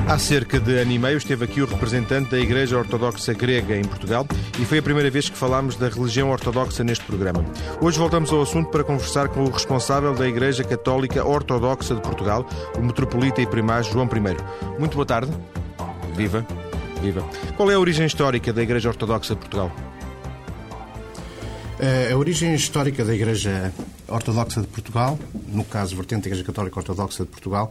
Há cerca de ano e meio esteve aqui o representante da Igreja Ortodoxa Grega em Portugal e foi a primeira vez que falámos da religião ortodoxa neste programa. Hoje voltamos ao assunto para conversar com o responsável da Igreja Católica Ortodoxa de Portugal, o metropolita e primaz João I. Muito boa tarde. Viva. Viva. Qual é a origem histórica da Igreja Ortodoxa de Portugal? A origem histórica da Igreja Ortodoxa de Portugal, no caso, vertente da Igreja Católica Ortodoxa de Portugal,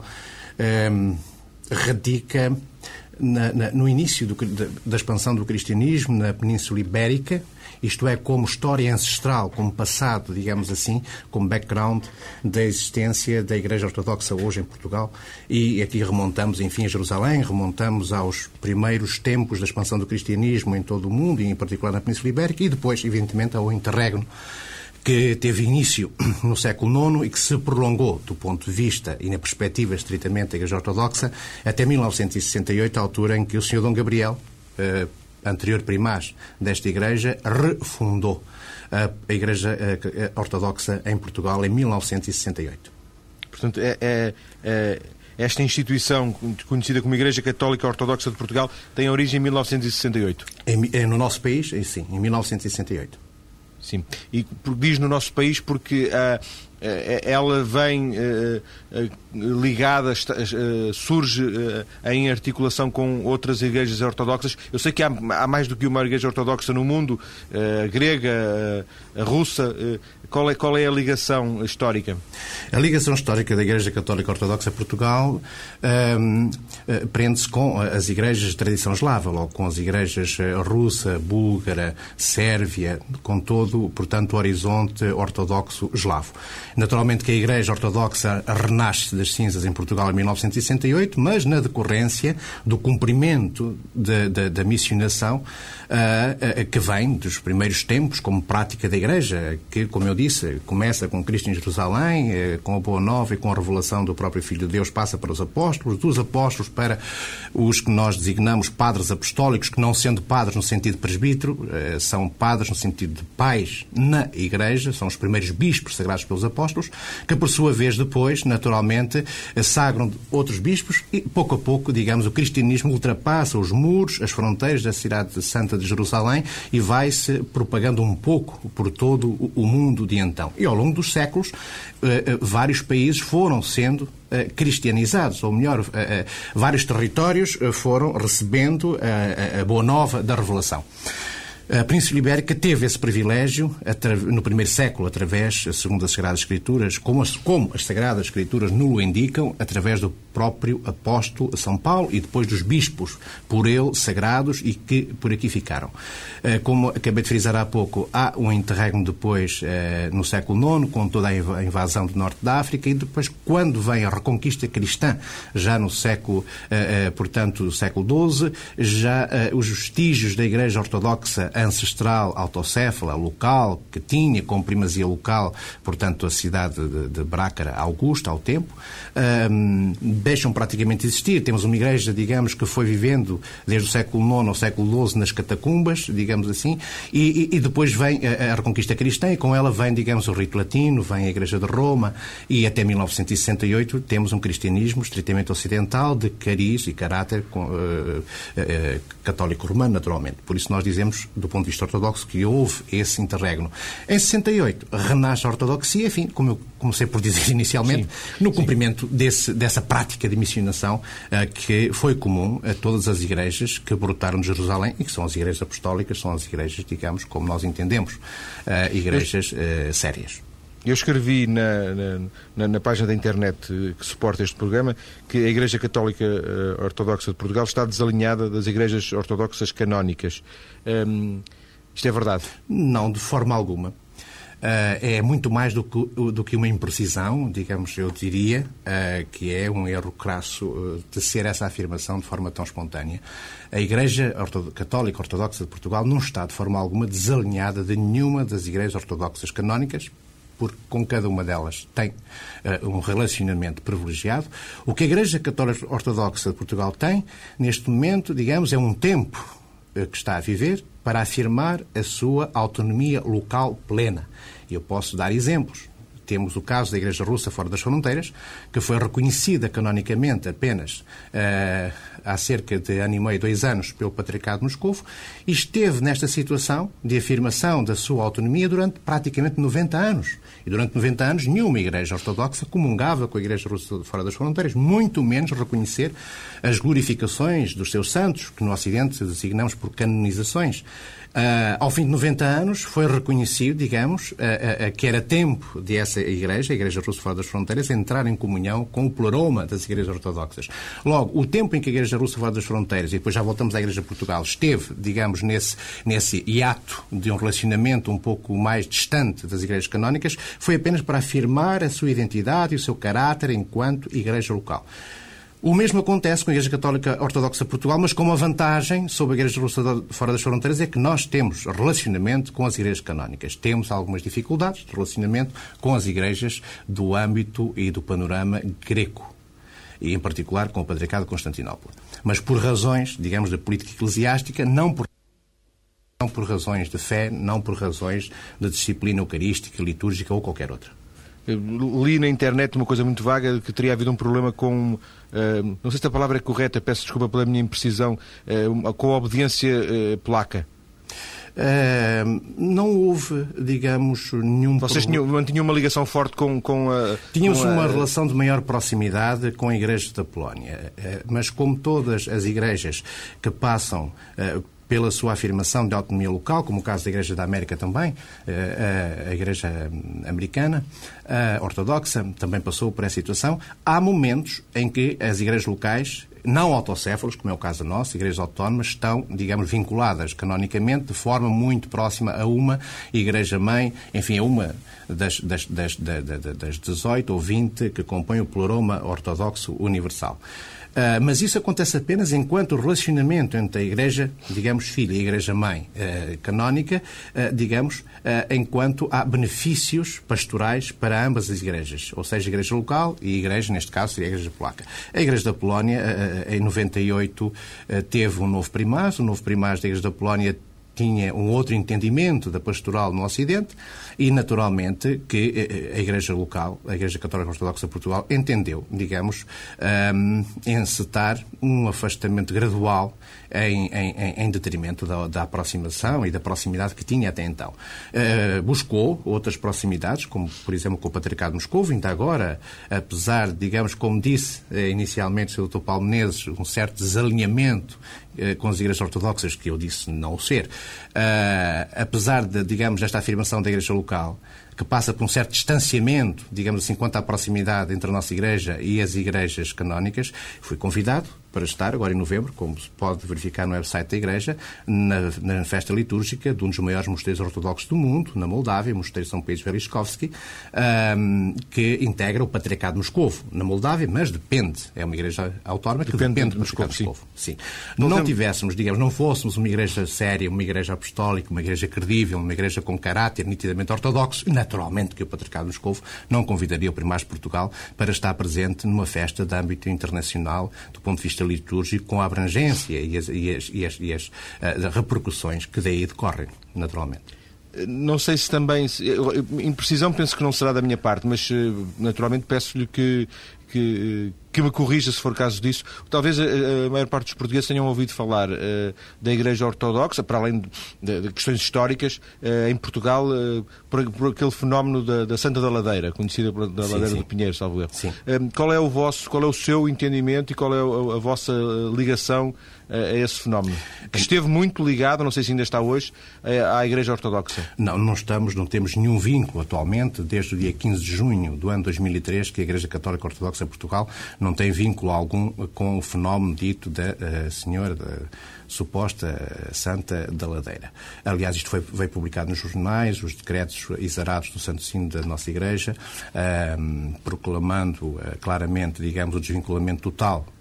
radica no início da expansão do cristianismo na Península Ibérica, isto é, como história ancestral, como passado, digamos assim, como background da existência da Igreja Ortodoxa hoje em Portugal. E aqui remontamos, enfim, a Jerusalém, remontamos aos primeiros tempos da expansão do cristianismo em todo o mundo, e em particular na Península Ibérica, e depois, evidentemente, ao interregno que teve início no século IX e que se prolongou do ponto de vista e na perspectiva estritamente da Igreja Ortodoxa até 1968, a altura em que o Sr. Dom Gabriel, anterior primaz desta Igreja, refundou a Igreja Ortodoxa em Portugal em 1968. Portanto, esta instituição, conhecida como Igreja Católica Ortodoxa de Portugal, tem origem em 1968? No nosso país, sim, em 1968. Sim. E diz no nosso país porque ela vem ligada, surge em articulação com outras igrejas ortodoxas. Eu sei que há mais do que uma igreja ortodoxa no mundo, a grega, a russa. Qual é a ligação histórica? A ligação histórica da Igreja Católica Ortodoxa de Portugal prende-se com as igrejas de tradição eslava, logo com as igrejas russa, búlgara, sérvia, com todo, portanto, o horizonte ortodoxo eslavo. Naturalmente que a Igreja Ortodoxa renasce das cinzas em Portugal em 1968, mas na decorrência do cumprimento da missionação que vem dos primeiros tempos como prática da Igreja, que, como eu disse, começa com Cristo em Jerusalém, com a Boa Nova e com a revelação do próprio Filho de Deus, passa para os apóstolos, dos apóstolos para os que nós designamos padres apostólicos, que não sendo padres no sentido de presbítero, são padres no sentido de pais na Igreja, são os primeiros bispos sagrados pelos apóstolos, que por sua vez depois, naturalmente, sagram outros bispos e pouco a pouco, digamos, o cristianismo ultrapassa os muros, as fronteiras da cidade santa de Jerusalém e vai-se propagando um pouco por todo o mundo de então. E ao longo dos séculos, vários países foram sendo cristianizados, ou melhor, vários territórios foram recebendo a boa nova da revelação. A Península Ibérica teve esse privilégio no primeiro século, através, segundo as Sagradas Escrituras, como as Sagradas Escrituras nos indicam, através do próprio apóstolo São Paulo e depois dos bispos por ele sagrados e que por aqui ficaram. Como acabei de frisar há pouco, há um interregno depois no século IX, com toda a invasão do norte da África, e depois, quando vem a reconquista cristã, já no século, portanto, século XII, já os vestígios da Igreja Ortodoxa ancestral, autocéfala, local, que tinha como primazia local, portanto, a cidade de Brácara Augusta, ao tempo, deixam praticamente de existir. Temos uma igreja, digamos, que foi vivendo desde o século IX ao século XII nas catacumbas, digamos assim, e depois vem a reconquista cristã e com ela vem, digamos, o rito latino, vem a Igreja de Roma e até 1968 temos um cristianismo estritamente ocidental de cariz e caráter católico romano, naturalmente. Por isso nós dizemos, do ponto de vista ortodoxo, que houve esse interregno. Em 68 renasce a ortodoxia, enfim, como eu comecei por dizer inicialmente, sim, no cumprimento dessa prática de missionação que foi comum a todas as igrejas que brotaram de Jerusalém e que são as igrejas apostólicas, são as igrejas, digamos, como nós entendemos, igrejas sérias. Eu escrevi na página da internet que suporta este programa que a Igreja Católica Ortodoxa de Portugal está desalinhada das igrejas ortodoxas canónicas. Isto é verdade? Não, de forma alguma. É muito mais do que uma imprecisão, digamos, eu diria, que é um erro crasso de ser essa afirmação de forma tão espontânea. A Igreja Católica Ortodoxa de Portugal não está de forma alguma desalinhada de nenhuma das igrejas ortodoxas canónicas, porque com cada uma delas tem um relacionamento privilegiado. O que a Igreja Católica Ortodoxa de Portugal tem, neste momento, digamos, é um tempo que está a viver para afirmar a sua autonomia local plena. Eu posso dar exemplos. temos o caso da Igreja Russa fora das fronteiras, que foi reconhecida canonicamente apenas há cerca de ano e meio, 2 anos, pelo Patriarcado de Moscovo, e esteve nesta situação de afirmação da sua autonomia durante praticamente 90 anos. E durante 90 anos nenhuma Igreja Ortodoxa comungava com a Igreja Russa fora das fronteiras, muito menos reconhecer as glorificações dos seus santos, que no Ocidente designamos por canonizações. Ao fim de 90 anos foi reconhecido, digamos, que era tempo de essa Igreja, a Igreja Russa fora das fronteiras, entrar em comunhão com o pleroma das Igrejas Ortodoxas. Logo, o tempo em que a Igreja Russa fora das fronteiras, e depois já voltamos à Igreja de Portugal, esteve, digamos, nesse hiato de um relacionamento um pouco mais distante das Igrejas canónicas, foi apenas para afirmar a sua identidade e o seu caráter enquanto Igreja local. O mesmo acontece com a Igreja Católica Ortodoxa de Portugal, mas com uma vantagem sobre a Igreja Russa fora das fronteiras, é que nós temos relacionamento com as igrejas canónicas. Temos algumas dificuldades de relacionamento com as igrejas do âmbito e do panorama greco, e em particular com o Patriarcado de Constantinopla. Mas por razões, digamos, da política eclesiástica, não por razões de fé, não por razões de disciplina eucarística, litúrgica ou qualquer outra. Li na internet uma coisa muito vaga, que teria havido um problema com, não sei se a palavra é correta, peço desculpa pela minha imprecisão, com a obediência polaca. Não houve, digamos, nenhum... Vocês mantinham uma ligação forte com a... Tínhamos uma relação de maior proximidade com a Igreja da Polónia, mas como todas as igrejas que passam pela sua afirmação de autonomia local, como o caso da Igreja da América também, a Igreja Americana, a Ortodoxa, também passou por essa situação. Há momentos em que as igrejas locais, não autocéfalos, como é o caso da nossa, igrejas autónomas, estão, digamos, vinculadas canonicamente de forma muito próxima a uma igreja-mãe, enfim, a uma das 18 ou 20 que compõem o pleroma ortodoxo universal. Mas isso acontece apenas enquanto o relacionamento entre a Igreja, digamos, filha e a Igreja-mãe canónica, digamos, enquanto há benefícios pastorais para ambas as igrejas, ou seja, a Igreja local e a Igreja, neste caso, seria a Igreja polaca. A Igreja da Polónia, em 98, teve um novo primaz, o novo primaz da Igreja da Polónia tinha um outro entendimento da pastoral no Ocidente e, naturalmente, que a Igreja local, a Igreja Católica Ortodoxa de Portugal, entendeu, digamos, encetar um afastamento gradual em detrimento da aproximação e da proximidade que tinha até então. Buscou outras proximidades, como, por exemplo, com o Patriarcado de Moscovo, ainda agora, apesar, digamos, como disse inicialmente o Dr. Paulo Menezes, um certo desalinhamento com as igrejas ortodoxas, que eu disse não o ser, apesar de, digamos, desta afirmação da igreja local, que passa por um certo distanciamento, digamos assim, quanto à proximidade entre a nossa igreja e as igrejas canónicas, fui convidado para estar, agora em novembro, como se pode verificar no website da Igreja, na festa litúrgica de um dos maiores mosteiros ortodoxos do mundo, na Moldávia, o Mosteiro São Pedro Veliskovski, que integra o Patriarcado de Moscovo, na Moldávia, mas depende, é uma igreja autónoma que depende do Patriarcado de Moscovo. Sim. Não tivéssemos, digamos, não fôssemos uma igreja séria, uma igreja apostólica, uma igreja credível, uma igreja com caráter nitidamente ortodoxo, naturalmente que o Patriarcado de Moscovo não convidaria o Primaz de Portugal para estar presente numa festa de âmbito internacional, do ponto de vista litúrgico, com a abrangência e as repercussões que daí decorrem, naturalmente. Não sei se também... Imprecisão penso que não será da minha parte, mas naturalmente peço-lhe que me corrija se for caso disso. Talvez a maior parte dos portugueses tenham ouvido falar da Igreja Ortodoxa, para além de questões históricas, em Portugal, por aquele fenómeno da Santa da Ladeira, conhecida da Ladeira do Pinheiro, salvo erro. Qual é o seu entendimento e qual é a vossa ligação a esse fenómeno? Que esteve muito ligado, não sei se ainda está hoje, à Igreja Ortodoxa. Não temos nenhum vínculo atualmente, desde o dia 15 de junho do ano 2003, que a Igreja Católica Ortodoxa de Portugal não tem vínculo algum com o fenómeno dito da senhora, da suposta Santa da Ladeira. Aliás, isto veio publicado nos jornais, os decretos exarados do Santo Sino da nossa Igreja, proclamando claramente, digamos, o desvinculamento total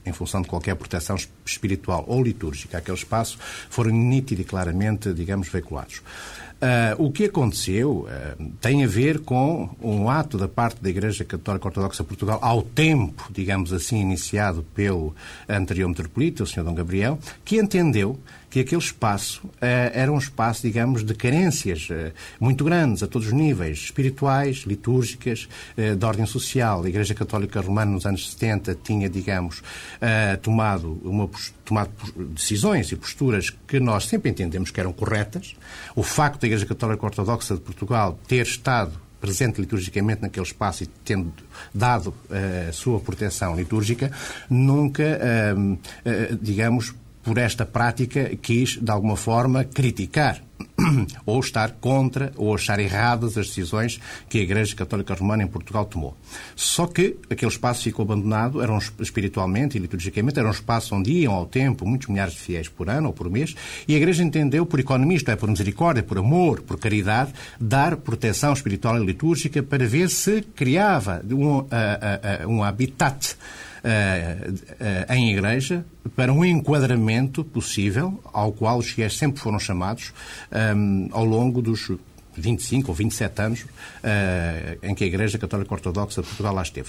em função de qualquer proteção espiritual ou litúrgica àquele espaço, foram nítida e claramente, digamos, veiculados. O que aconteceu tem a ver com um ato da parte da Igreja Católica Ortodoxa de Portugal, ao tempo, digamos assim, iniciado pelo anterior metropolita, o Sr. Dom Gabriel, que entendeu que aquele espaço era um espaço, digamos, de carências muito grandes a todos os níveis, espirituais, litúrgicas, de ordem social. A Igreja Católica Romana, nos anos 70, tinha, digamos, tomado decisões e posturas que nós sempre entendemos que eram corretas. O facto da Igreja Católica Ortodoxa de Portugal ter estado presente liturgicamente naquele espaço e tendo dado a sua proteção litúrgica, nunca, digamos, por esta prática, quis, de alguma forma, criticar ou estar contra ou achar erradas as decisões que a Igreja Católica Romana em Portugal tomou. Só que aquele espaço ficou abandonado, espiritualmente e liturgicamente, era um espaço onde iam ao templo muitos milhares de fiéis por ano ou por mês, e a Igreja entendeu, por economia, isto é, por misericórdia, por amor, por caridade, dar proteção espiritual e litúrgica para ver se criava um habitat em igreja para um enquadramento possível ao qual os fiéis sempre foram chamados ao longo dos 25 ou 27 anos em que a Igreja Católica Ortodoxa de Portugal lá esteve.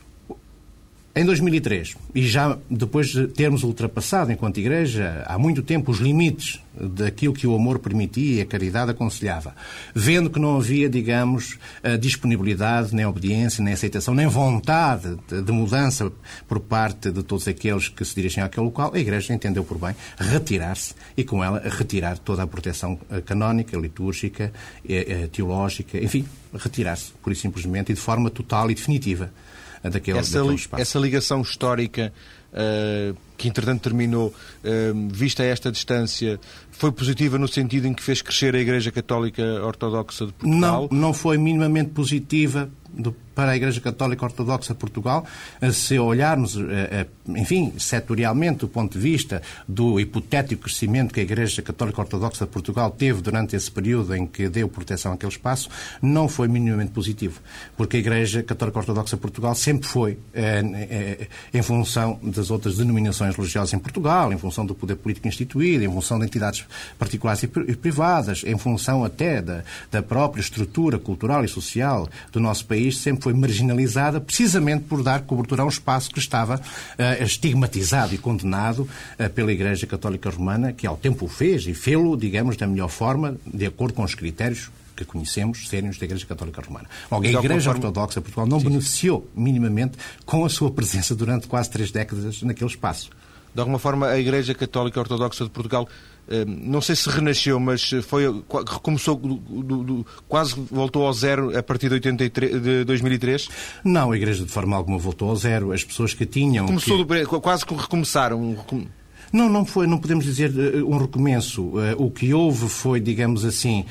Em 2003, e já depois de termos ultrapassado, enquanto Igreja, há muito tempo, os limites daquilo que o amor permitia e a caridade aconselhava, vendo que não havia, digamos, disponibilidade, nem obediência, nem aceitação, nem vontade de mudança por parte de todos aqueles que se dirigem àquele local, a Igreja entendeu por bem retirar-se e, com ela, retirar toda a proteção canónica, litúrgica, teológica, enfim, retirar-se, pura e simplesmente, e de forma total e definitiva. Daquele espaço. Essa ligação histórica que, entretanto, terminou, vista a esta distância, foi positiva no sentido em que fez crescer a Igreja Católica Ortodoxa de Portugal? Não foi minimamente positiva para a Igreja Católica Ortodoxa de Portugal, se olharmos, enfim, setorialmente, do ponto de vista do hipotético crescimento que a Igreja Católica Ortodoxa de Portugal teve durante esse período em que deu proteção àquele espaço, não foi minimamente positivo, porque a Igreja Católica Ortodoxa de Portugal sempre foi, em função das outras denominações religiosas em Portugal, em função do poder político instituído, em função de entidades particulares e privadas, em função até da própria estrutura cultural e social do nosso país, sempre foi marginalizada precisamente por dar cobertura a um espaço que estava estigmatizado e condenado pela Igreja Católica Romana, que ao tempo o fez e fê-lo, digamos, da melhor forma, de acordo com os critérios que conhecemos, sérios da Igreja Católica Romana. A Igreja Ortodoxa de Portugal não beneficiou minimamente com a sua presença durante quase 3 décadas naquele espaço. De alguma forma, a Igreja Católica Ortodoxa de Portugal, não sei se renasceu, mas recomeçou, quase voltou ao zero a partir de 2003? Não, a Igreja de forma alguma voltou ao zero. As pessoas que tinham... Quase que recomeçaram. Não foi, não podemos dizer um recomeço. O que houve foi, digamos assim,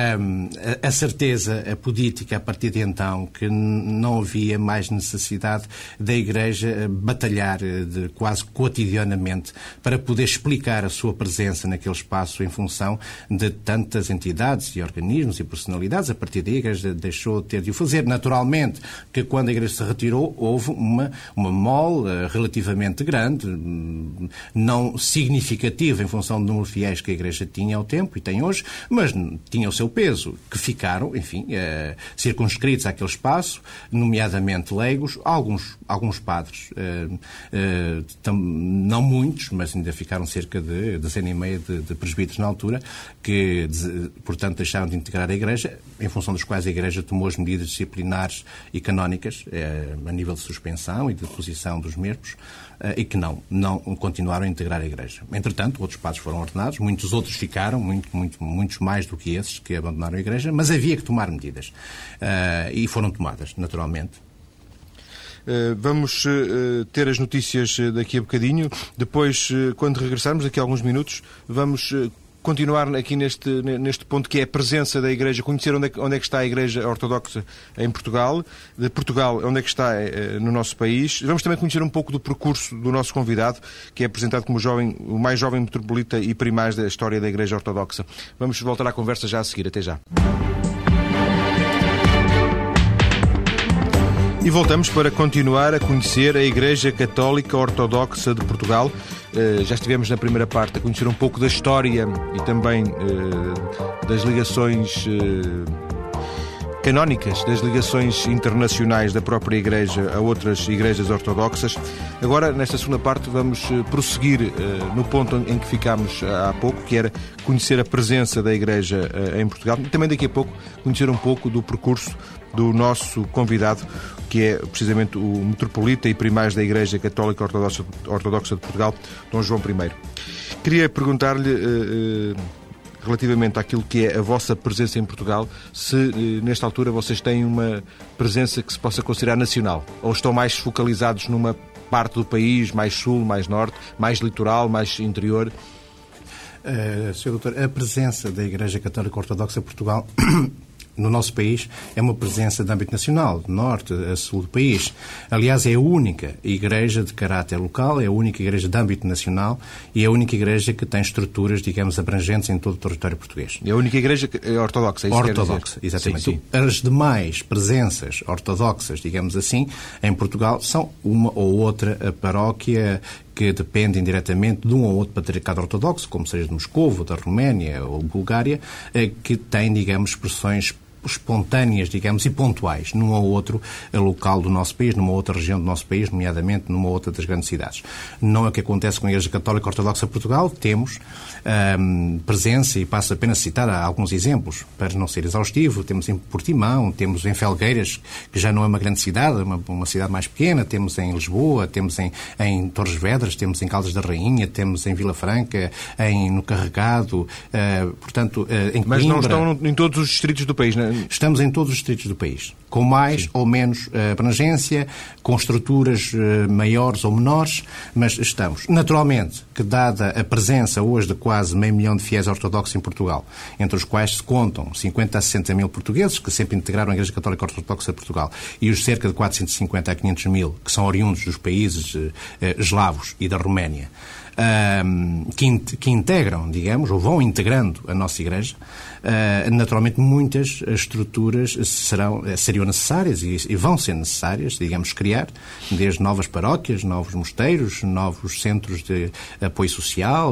a certeza política a partir de então que não havia mais necessidade da Igreja batalhar quase cotidianamente para poder explicar a sua presença naquele espaço em função de tantas entidades e organismos e personalidades. A partir daí a Igreja deixou de ter de o fazer. Naturalmente que quando a Igreja se retirou houve uma mole relativamente grande, não significativa em função do número de fiéis que a Igreja tinha ao tempo e tem hoje, mas tinha o seu peso, que ficaram, enfim, circunscritos àquele espaço, nomeadamente leigos, alguns padres, não muitos, mas ainda ficaram cerca de 1,5 de presbíteros na altura, que, portanto, deixaram de integrar a Igreja, em função dos quais a Igreja tomou as medidas disciplinares e canónicas, a nível de suspensão e de deposição dos mesmos, e que não continuaram a integrar a Igreja. Entretanto, outros padres foram ordenados, muitos outros ficaram, muitos mais do que esses que abandonaram a Igreja, mas havia que tomar medidas. E foram tomadas, naturalmente. Vamos ter as notícias daqui a bocadinho. Depois, quando regressarmos, daqui a alguns minutos, vamos continuar aqui neste ponto que é a presença da Igreja, conhecer onde é que está a Igreja Ortodoxa em Portugal, de Portugal onde é que está no nosso país. Vamos também conhecer um pouco do percurso do nosso convidado, que é apresentado como o mais jovem metropolita e primaz da história da Igreja Ortodoxa. Vamos voltar à conversa já a seguir. Até já. E voltamos para continuar a conhecer a Igreja Católica Ortodoxa de Portugal. Já estivemos na primeira parte a conhecer um pouco da história e também das ligações canónicas, das ligações internacionais da própria Igreja a outras igrejas ortodoxas. Agora, nesta segunda parte, vamos prosseguir no ponto em que ficámos há pouco, que era conhecer a presença da Igreja em Portugal e também daqui a pouco conhecer um pouco do percurso do nosso convidado, que é precisamente o metropolita e primaz da Igreja Católica Ortodoxa de Portugal, Dom João I. Queria perguntar-lhe, relativamente àquilo que é a vossa presença em Portugal, se nesta altura vocês têm uma presença que se possa considerar nacional, ou estão mais focalizados numa parte do país, mais sul, mais norte, mais litoral, mais interior? Sr. Doutor, a presença da Igreja Católica Ortodoxa de Portugal no nosso país é uma presença de âmbito nacional, de norte a sul do país. Aliás, é a única igreja de caráter local, é a única igreja de âmbito nacional e é a única igreja que tem estruturas, digamos, abrangentes em todo o território português. É a única igreja ortodoxa, é isso? Ortodoxa, exatamente. Sim, sim. As demais presenças ortodoxas, digamos assim, em Portugal são uma ou outra paróquia que dependem diretamente de um ou outro patriarcado ortodoxo, como seja de Moscovo, da Roménia ou Bulgária, que tem, digamos, expressões espontâneas, digamos, e pontuais num ou outro local do nosso país, numa outra região do nosso país, nomeadamente numa outra das grandes cidades. Não é o que acontece com a Igreja Católica Ortodoxa de Portugal. Temos presença, e passo apenas a citar alguns exemplos, para não ser exaustivo. Temos em Portimão, temos em Felgueiras, que já não é uma grande cidade, uma cidade mais pequena, temos em Lisboa, temos em Torres Vedras, temos em Caldas da Rainha, temos em Vila Franca, no Carregado, portanto, em Coimbra. Mas não estão em todos os distritos do país, não é? Estamos em todos os distritos do país, com mais ou menos abrangência, com estruturas maiores ou menores, mas estamos. Naturalmente, que dada a presença hoje de quase 500 mil de fiéis ortodoxos em Portugal, entre os quais se contam 50 a 60 mil portugueses, que sempre integraram a Igreja Católica Ortodoxa de Portugal, e os cerca de 450 a 500 mil, que são oriundos dos países eslavos e da Roménia, que integram, digamos, ou vão integrando a nossa Igreja, naturalmente muitas estruturas seriam necessárias e vão ser necessárias, digamos, criar, desde novas paróquias, novos mosteiros, novos centros de apoio social,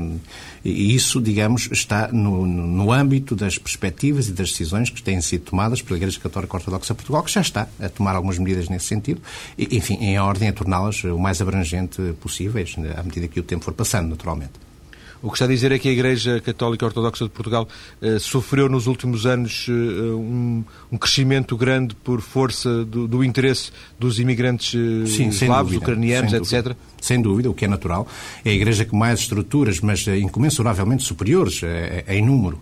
e isso, digamos, está no âmbito das perspectivas e das decisões que têm sido tomadas pela Igreja Católica Ortodoxa de Portugal, que já está a tomar algumas medidas nesse sentido, e, enfim, em ordem a torná-las o mais abrangente possíveis, à medida que o tempo for passando, naturalmente. O que está a dizer é que a Igreja Católica Ortodoxa de Portugal sofreu nos últimos anos um crescimento grande por força do interesse dos imigrantes eslavos, ucranianos, etc. Sem dúvida, o que é natural. É a Igreja com mais estruturas, mas incomensuravelmente superiores em número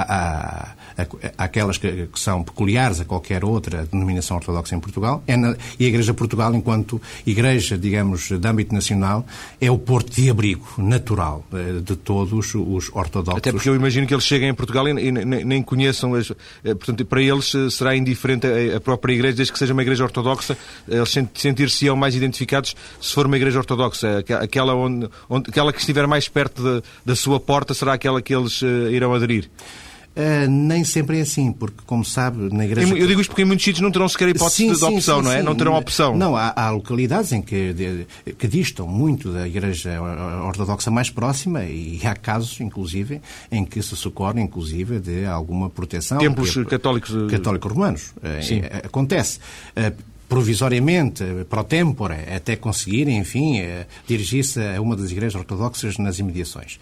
àquelas que são peculiares a qualquer outra denominação ortodoxa em Portugal. E a Igreja de Portugal, enquanto Igreja, digamos, de âmbito nacional, é o porto de abrigo natural de todos os ortodoxos. Até porque eu imagino que eles cheguem em Portugal e nem conheçam, portanto, para eles será indiferente a própria Igreja, desde que seja uma Igreja ortodoxa, eles sentir-se-ão mais identificados se for uma Igreja ortodoxa. Aquela que estiver mais perto da sua porta será aquela que eles irão aderir. Nem sempre é assim, porque, como sabe, na Igreja... Eu digo isto porque em muitos sítios não terão sequer hipótese de opção, não é? Sim. Não terão opção. Não, há localidades em que distam muito da Igreja Ortodoxa mais próxima e há casos, inclusive, em que se socorre, inclusive, de alguma proteção. Templos católicos romanos. Acontece. Provisoriamente, pro tempore, até conseguirem, enfim, dirigir-se a uma das igrejas ortodoxas nas imediações.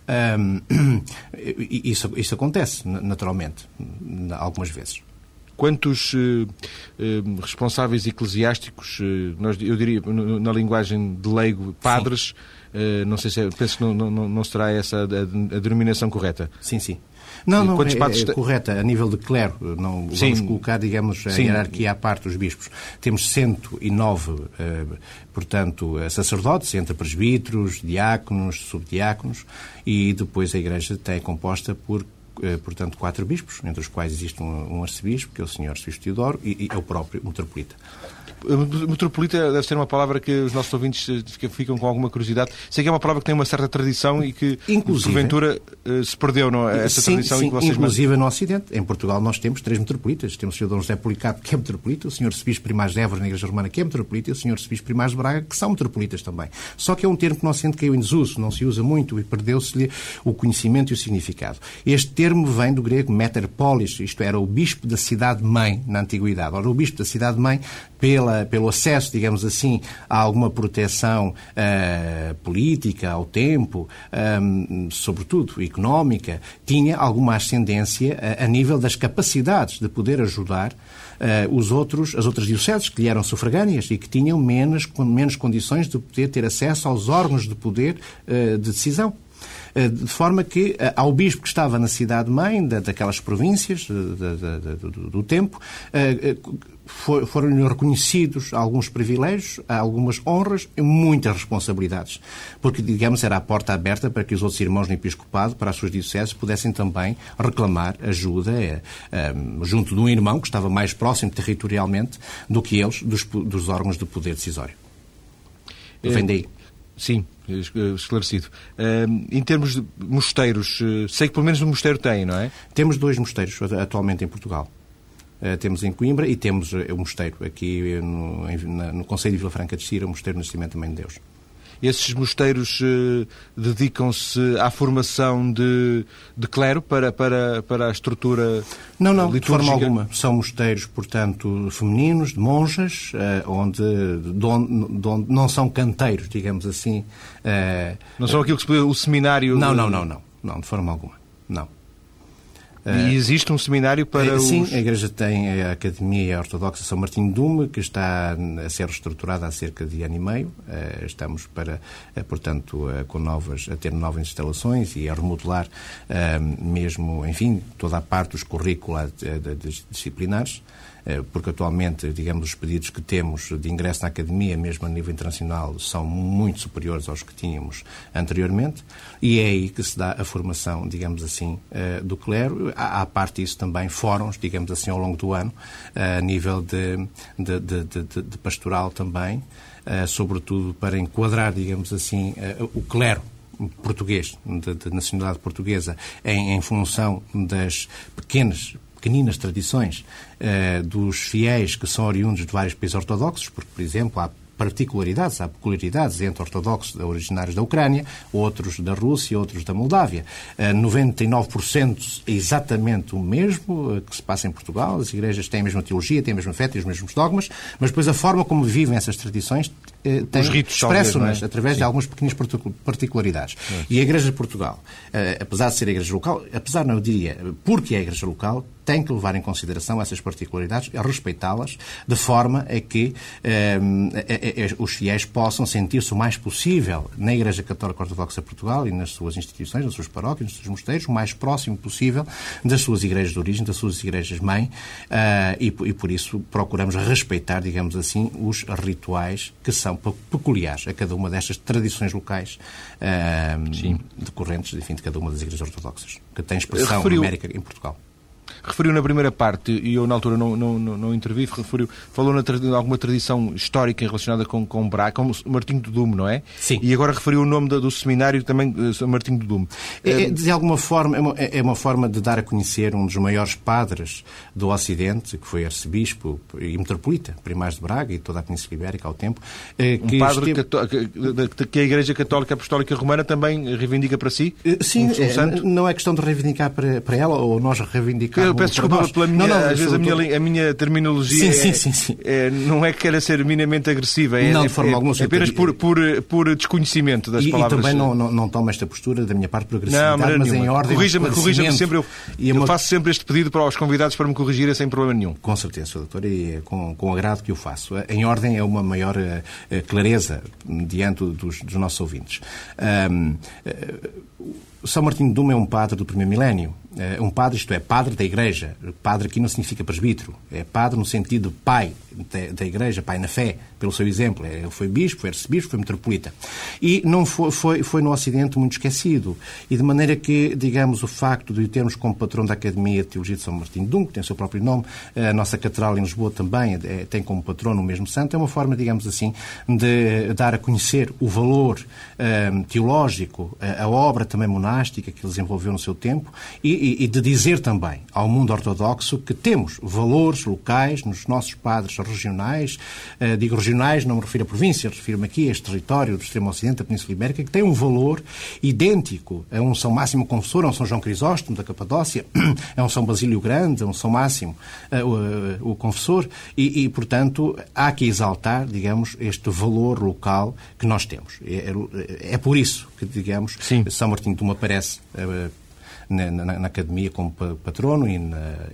Isso acontece, naturalmente, algumas vezes. Quantos responsáveis eclesiásticos, eu diria, na linguagem de leigo, padres, não sei se penso que não será essa a denominação correta? Sim. Não, é correta. A nível de clero, não vamos colocar, digamos, a hierarquia à parte dos bispos. Temos 109, portanto, sacerdotes, entre presbíteros, diáconos, subdiáconos, e depois a Igreja é composta por, portanto, 4 bispos, entre os quais existe um arcebispo, que é o Sr. Suíço Teodoro, e é o próprio metropolita. Metropolita deve ser uma palavra que os nossos ouvintes ficam com alguma curiosidade. Sei que é uma palavra que tem uma certa tradição e que, porventura, se perdeu, não é? Essa tradição. Sim, que vocês inclusive no Ocidente. Em Portugal nós temos 3 metropolitas. Temos o Sr. Dom José Policarpo, que é metropolita, o Sr. Arcebispo Primários de Évora, na Igreja Romana, que é metropolita, e o Sr. Arcebispo Primários de Braga, que são metropolitas também. Só que é um termo que no Ocidente caiu em desuso, não se usa muito e perdeu-se-lhe o conhecimento e o significado. Este termo vem do grego metropolis, isto era o bispo da cidade-mãe na Antiguidade. Ora, o bispo da cidade-mãe, pelo acesso, digamos assim, a alguma proteção política, ao tempo, sobretudo económica, tinha alguma ascendência a nível das capacidades de poder ajudar as outras dioceses que lhe eram sufragâneas e que tinham menos condições de poder ter acesso aos órgãos de poder de decisão. De forma que ao bispo que estava na cidade-mãe daquelas províncias do tempo, foram-lhe reconhecidos alguns privilégios, algumas honras e muitas responsabilidades. Porque, digamos, era a porta aberta para que os outros irmãos no episcopado, para as suas dioceses, pudessem também reclamar ajuda junto de um irmão que estava mais próximo territorialmente do que eles dos órgãos de poder decisório. Vem daí. Sim, esclarecido. Em termos de mosteiros, sei que pelo menos um mosteiro tem, não é? Temos 2 mosteiros atualmente em Portugal. Temos em Coimbra e temos o mosteiro aqui no Concelho de Vila Franca de Xira, o Mosteiro do Nascimento da Mãe de Deus. Esses mosteiros dedicam-se à formação de clero para a estrutura Não, litúrgica? De forma alguma. São mosteiros, portanto, femininos, de monjas, onde não são canteiros, digamos assim. Não são aquilo que se pediu, o seminário? Não, de forma alguma. Não. E existe um seminário para Sim, a Igreja tem a Academia Ortodoxa São Martinho de Dume, que está a ser reestruturada há cerca de ano e meio. Estamos portanto, a ter novas instalações e a remodelar mesmo, enfim, toda a parte dos currículos disciplinares, porque atualmente, digamos, os pedidos que temos de ingresso na Academia, mesmo a nível internacional, são muito superiores aos que tínhamos anteriormente, e é aí que se dá a formação, digamos assim, do clero. Há à parte disso também fóruns, digamos assim, ao longo do ano, a nível de pastoral também, sobretudo para enquadrar, digamos assim, o clero português, de nacionalidade portuguesa, em função das pequeninas tradições dos fiéis que são oriundos de vários países ortodoxos, porque, por exemplo, há peculiaridades entre ortodoxos originários da Ucrânia, outros da Rússia, outros da Moldávia. 99% é exatamente o mesmo que se passa em Portugal. As igrejas têm a mesma teologia, têm a mesma fé, têm os mesmos dogmas, mas depois a forma como vivem essas tradições expressam-nas através de algumas pequenas particularidades. E a Igreja de Portugal, apesar de ser a Igreja local, eu diria, porque é a Igreja local, tem que levar em consideração essas particularidades, respeitá-las, de forma a que os fiéis possam sentir-se o mais possível na Igreja Católica Ortodoxa de Portugal e nas suas instituições, nas suas paróquias, nos seus mosteiros, o mais próximo possível das suas igrejas de origem, das suas igrejas-mãe, e por isso procuramos respeitar, digamos assim, os rituais que são peculiares a cada uma destas tradições locais decorrentes, enfim, de cada uma das igrejas ortodoxas, que tem expressão numérica em Portugal. Referiu na primeira parte, e eu na altura não intervi, falou de alguma tradição histórica relacionada com Braga, com Martinho do Dume, não é? Sim. E agora referiu o nome do seminário também, Martinho do Dume. De alguma forma, é uma forma de dar a conhecer um dos maiores padres do Ocidente, que foi arcebispo e metropolita, Primários de Braga e toda a Península Ibérica ao tempo. Um padre que a Igreja Católica Apostólica Romana também reivindica para si? Sim, não é questão de reivindicar para ela, ou nós reivindicar. Eu peço desculpa pela minha, às vezes a minha terminologia não é que queira ser minimamente agressiva, de forma alguma, apenas por desconhecimento das palavras. E também não tomo esta postura da minha parte por agressividade, mas nenhuma. Em ordem corrija-me sempre, eu faço sempre este pedido para os convidados para me corrigirem sem problema nenhum. Com certeza, Sr. Doutor, e com agrado que o faço. Em ordem é uma maior clareza diante dos nossos ouvintes. São Martinho de Dume é um padre do primeiro milénio. Um padre, isto é, padre da Igreja. Padre aqui não significa presbítero. É padre no sentido de pai da Igreja, pai na fé, pelo seu exemplo. Ele foi bispo, foi arcebispo, foi metropolita. E não foi no Ocidente muito esquecido. E de maneira que, digamos, o facto de o termos como patrão da Academia de Teologia de São Martinho de Hunco, que tem o seu próprio nome, a nossa catedral em Lisboa também tem como patrono o mesmo santo, é uma forma, digamos assim, de dar a conhecer o valor teológico, a obra também monástica que ele desenvolveu no seu tempo e de dizer também ao mundo ortodoxo que temos valores locais nos nossos padres regionais, digo regionais, não me refiro a províncias, refiro-me aqui a este território do extremo ocidente da Península Ibérica, que tem um valor idêntico a um São Máximo Confessor, a um São João Crisóstomo da Capadócia, a um São Basílio Grande, a um São Máximo o Confessor, e, portanto, há que exaltar, digamos, este valor local que nós temos. É por isso que, digamos, Sim. São Martinho de Hunco aparece na Academia como patrono e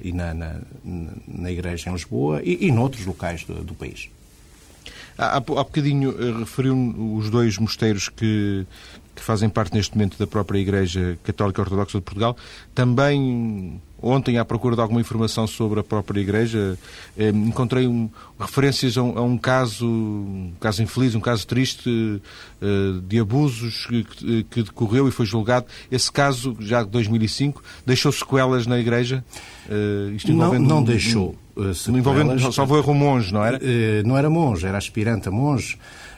na Igreja em Lisboa e noutros locais do país. Há bocadinho referiu os dois mosteiros que fazem parte neste momento da própria Igreja Católica Ortodoxa de Portugal. Também, ontem, à procura de alguma informação sobre a própria Igreja, encontrei referências a um caso infeliz, um caso triste de abusos que decorreu e foi julgado. Esse caso, já de 2005, deixou sequelas na Igreja? Isto não deixou sequelas. Envolvendo, salvo erro, um monge, não era? Não era monge, era aspirante a monge.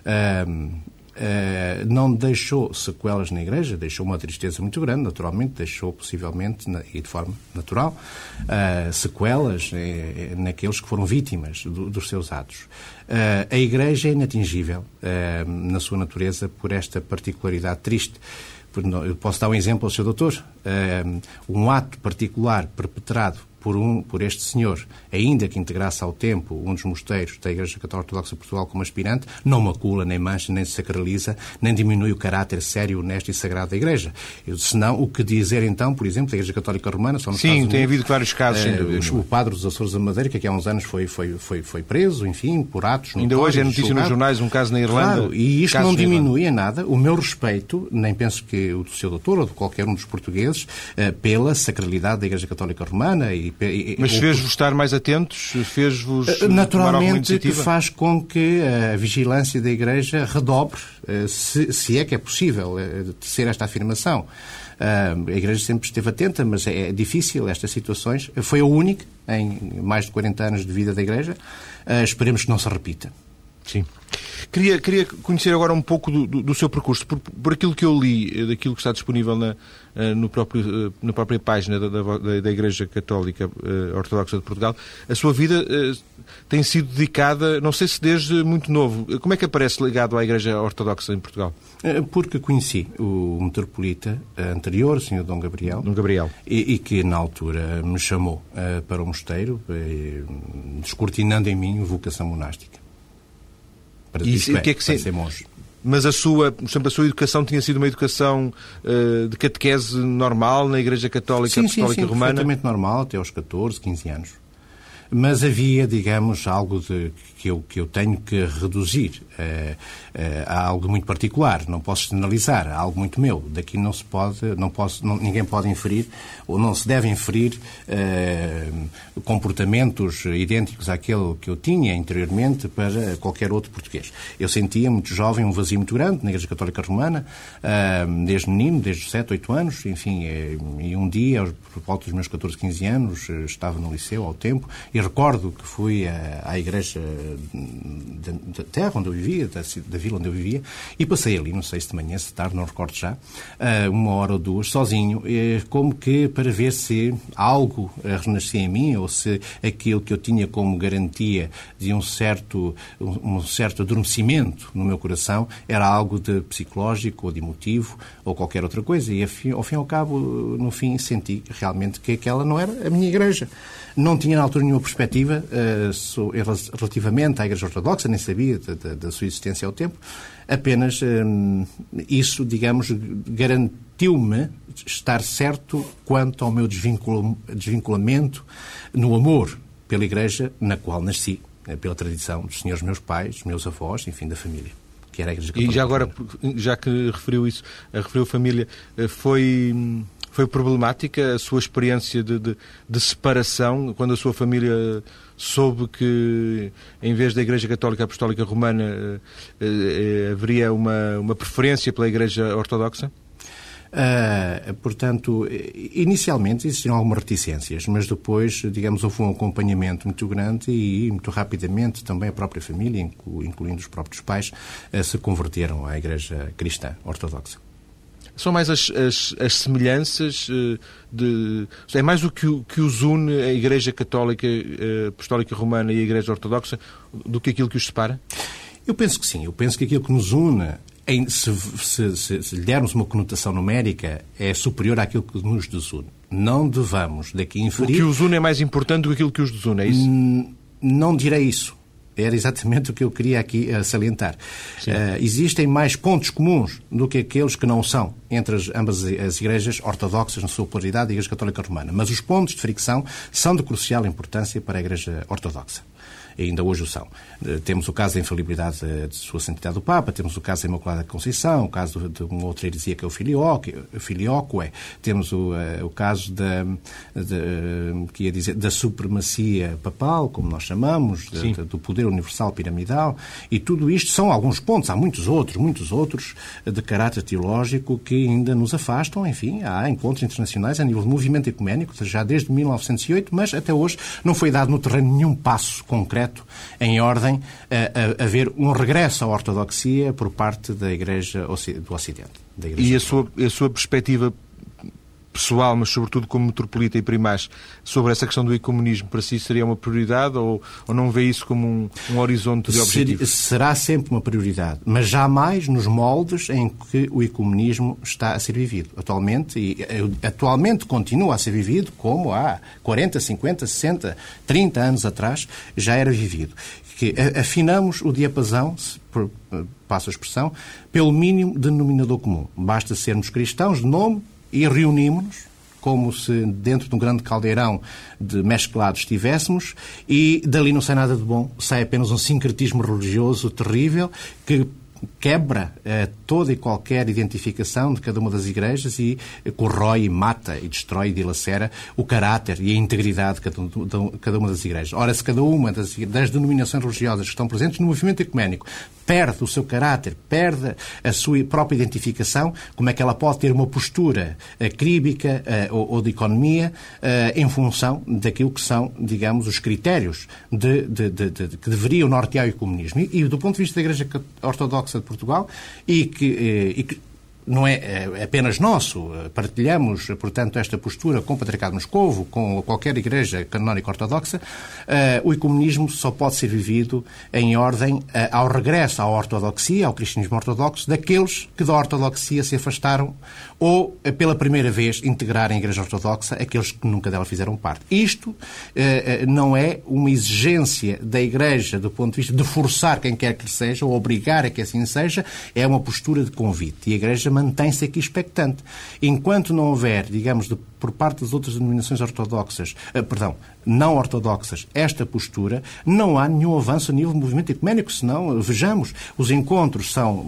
Não deixou sequelas na Igreja, deixou uma tristeza muito grande, naturalmente, deixou possivelmente, e de forma natural, sequelas naqueles que foram vítimas dos seus atos. A Igreja é inatingível na sua natureza por esta particularidade triste. Eu posso dar um exemplo ao Sr. Doutor. Um ato particular perpetrado por este senhor, ainda que integrasse ao tempo um dos mosteiros da Igreja Católica Ortodoxa de Portugal como aspirante, não macula, nem mancha, nem sacraliza, nem diminui o caráter sério, honesto e sagrado da Igreja. Senão, o que dizer então, por exemplo, da Igreja Católica Romana... Sim, tem havido vários casos. O padre dos Açores da Madeira, que há uns anos foi preso, enfim, por atos... Ainda hoje é notícia nos jornais um caso na Irlanda. Claro, e isto não diminui em nada o meu respeito, nem penso que o do Sr. Doutor ou de qualquer um dos portugueses, pela sacralidade da Igreja Católica Romana. Mas fez-vos estar mais atentos? Fez-vos naturalmente que faz com que a vigilância da Igreja redobre, se é que é possível ser esta afirmação. A Igreja sempre esteve atenta, mas é difícil estas situações. Foi a única em mais de 40 anos de vida da Igreja. Esperemos que não se repita. Sim. Queria conhecer agora um pouco do seu percurso. Por aquilo que eu li, daquilo que está disponível na própria página da Igreja Católica Ortodoxa de Portugal, a sua vida tem sido dedicada, não sei se desde muito novo. Como é que aparece ligado à Igreja Ortodoxa em Portugal? Porque conheci o metropolita anterior, o Sr. Dom Gabriel. Dom Gabriel. E que, na altura, me chamou para o mosteiro, descortinando em mim a vocação monástica. Para ser monge. Mas a sua educação tinha sido uma educação de catequese normal na Igreja Católica Apostólica Romana? Sim, perfeitamente normal, até aos 14, 15 anos. Mas havia, digamos, algo que eu tenho que reduzir a algo muito particular. Não posso generalizar, a algo muito meu. Daqui ninguém pode inferir, ou não se deve inferir, comportamentos idênticos àquele que eu tinha interiormente para qualquer outro português. Eu sentia, muito jovem, um vazio muito grande na Igreja Católica Romana, desde menino, desde 7, 8 anos, enfim, e um dia, por volta dos meus 14, 15 anos, estava no liceu ao tempo, e recordo que fui à igreja da terra onde eu vivia, da vila onde eu vivia, e passei ali, não sei se de manhã, se de tarde, não recordo já, 1 hora ou 2, sozinho, como que para ver se algo renascia em mim, ou se aquilo que eu tinha como garantia de um certo adormecimento no meu coração era algo de psicológico ou de emotivo ou qualquer outra coisa. E, ao fim e ao cabo, no fim, senti realmente que aquela não era a minha igreja. Não tinha, na altura, nenhuma perspectiva relativamente à Igreja Ortodoxa, nem sabia da sua existência ao tempo. Apenas isso, digamos, garantiu-me estar certo quanto ao meu desvinculamento no amor pela Igreja na qual nasci, pela tradição dos senhores meus pais, meus avós, enfim, da família, que era a Igreja Católica. E já agora, já que referiu isso, referiu a família, foi foi problemática a sua experiência de separação, quando a sua família soube que, em vez da Igreja Católica Apostólica Romana, haveria uma preferência pela Igreja Ortodoxa? Portanto, inicialmente existiram algumas reticências, mas depois, digamos, houve um acompanhamento muito grande e muito rapidamente também a própria família, incluindo os próprios pais, se converteram à Igreja Cristã Ortodoxa. São mais as semelhanças é mais o que os une, a Igreja Católica Apostólica Romana e a Igreja Ortodoxa, do que aquilo que os separa? Eu penso que sim. Eu penso que aquilo que nos une, se lhe dermos uma conotação numérica, é superior àquilo que nos desune. Não devamos daqui inferir... O que os une é mais importante do que aquilo que os desune, é isso? Não direi isso. Era exatamente o que eu queria aqui salientar. Existem mais pontos comuns do que aqueles que não são entre ambas as igrejas ortodoxas na sua pluralidade e a Igreja Católica Romana. Mas os pontos de fricção são de crucial importância para a Igreja Ortodoxa. E ainda hoje o são. Temos o caso da infalibilidade de Sua Santidade o Papa, temos o caso da Imaculada Conceição, o caso de uma outra heresia que é o filioque, temos o caso da supremacia papal, como nós chamamos, do poder universal piramidal, e tudo isto são alguns pontos, há muitos outros de caráter teológico que ainda nos afastam. Enfim, há encontros internacionais a nível de movimento ecuménico, já desde 1908, mas até hoje não foi dado no terreno nenhum passo concreto em ordem a haver um regresso à ortodoxia por parte da Igreja do Ocidente. E a sua perspectiva pessoal, mas sobretudo como metropolita e primaz, sobre essa questão do ecumenismo, para si seria uma prioridade ou não vê isso como um horizonte de objetivos? Será sempre uma prioridade, mas jamais nos moldes em que o ecumenismo está a ser vivido atualmente continua a ser vivido como há 40, 50, 60, 30 anos atrás já era vivido. Que afinamos o diapasão, passo a expressão, pelo mínimo denominador comum. Basta sermos cristãos de nome e reunimos-nos como se dentro de um grande caldeirão de mesclados estivéssemos, e dali não sai nada de bom, sai apenas um sincretismo religioso terrível que quebra toda e qualquer identificação de cada uma das igrejas e corrói, mata e destrói e dilacera o caráter e a integridade de cada uma das igrejas. Ora, se cada uma das denominações religiosas que estão presentes no movimento ecuménico perde o seu caráter, perde a sua própria identificação, como é que ela pode ter uma postura acríbica ou de economia em função daquilo que são, digamos, os critérios que deveriam nortear o ecumenismo? E do ponto de vista da Igreja Ortodoxa de Portugal, e que não é apenas nosso, partilhamos, portanto, esta postura com o Patriarcado de Moscovo, com qualquer igreja canónica ortodoxa, o ecumenismo só pode ser vivido em ordem ao regresso à ortodoxia, ao cristianismo ortodoxo, daqueles que da ortodoxia se afastaram ou, pela primeira vez, integrarem a Igreja Ortodoxa aqueles que nunca dela fizeram parte. Isto não é uma exigência da Igreja do ponto de vista de forçar quem quer que seja ou obrigar a que assim seja, é uma postura de convite. E a Igreja mantém-se aqui expectante. Enquanto não houver, digamos, por parte das outras denominações ortodoxas, não ortodoxas, esta postura, não há nenhum avanço a nível do movimento ecuménico, senão, vejamos, os encontros são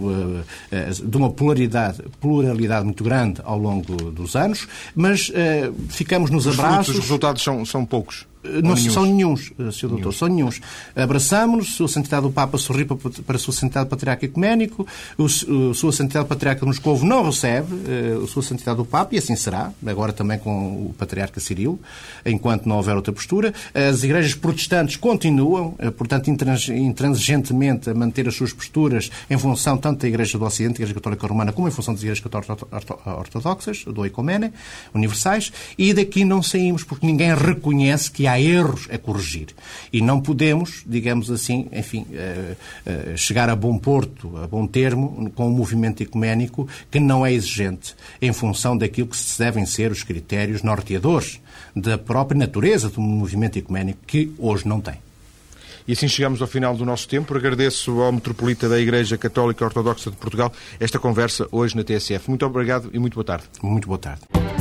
de uma pluralidade muito grande ao longo dos anos, mas ficamos nos abraços... Os resultados são poucos. Não são nenhuns, Sr. Doutor, são nenhuns. Abraçamos-nos, Sua Santidade o Papa sorri para a Sua Santidade Patriarca Ecuménico, Sua Santidade Patriarca de Moscovo não recebe Sua Santidade o Papa, e assim será, agora também com o Patriarca Cirilo, enquanto não houver outra postura. As igrejas protestantes continuam, portanto, intransigentemente a manter as suas posturas em função tanto da Igreja do Ocidente, da Igreja Católica Romana, como em função das igrejas ortodoxas, do Ecumene, universais, e daqui não saímos, porque ninguém reconhece que há erros a corrigir. E não podemos, digamos assim, enfim, chegar a bom porto, a bom termo, com um movimento ecuménico que não é exigente em função daquilo que se devem ser os critérios norteadores da própria natureza do movimento ecuménico, que hoje não tem. E assim chegamos ao final do nosso tempo. Agradeço ao Metropolita da Igreja Católica Ortodoxa de Portugal esta conversa hoje na TSF. Muito obrigado e muito boa tarde. Muito boa tarde.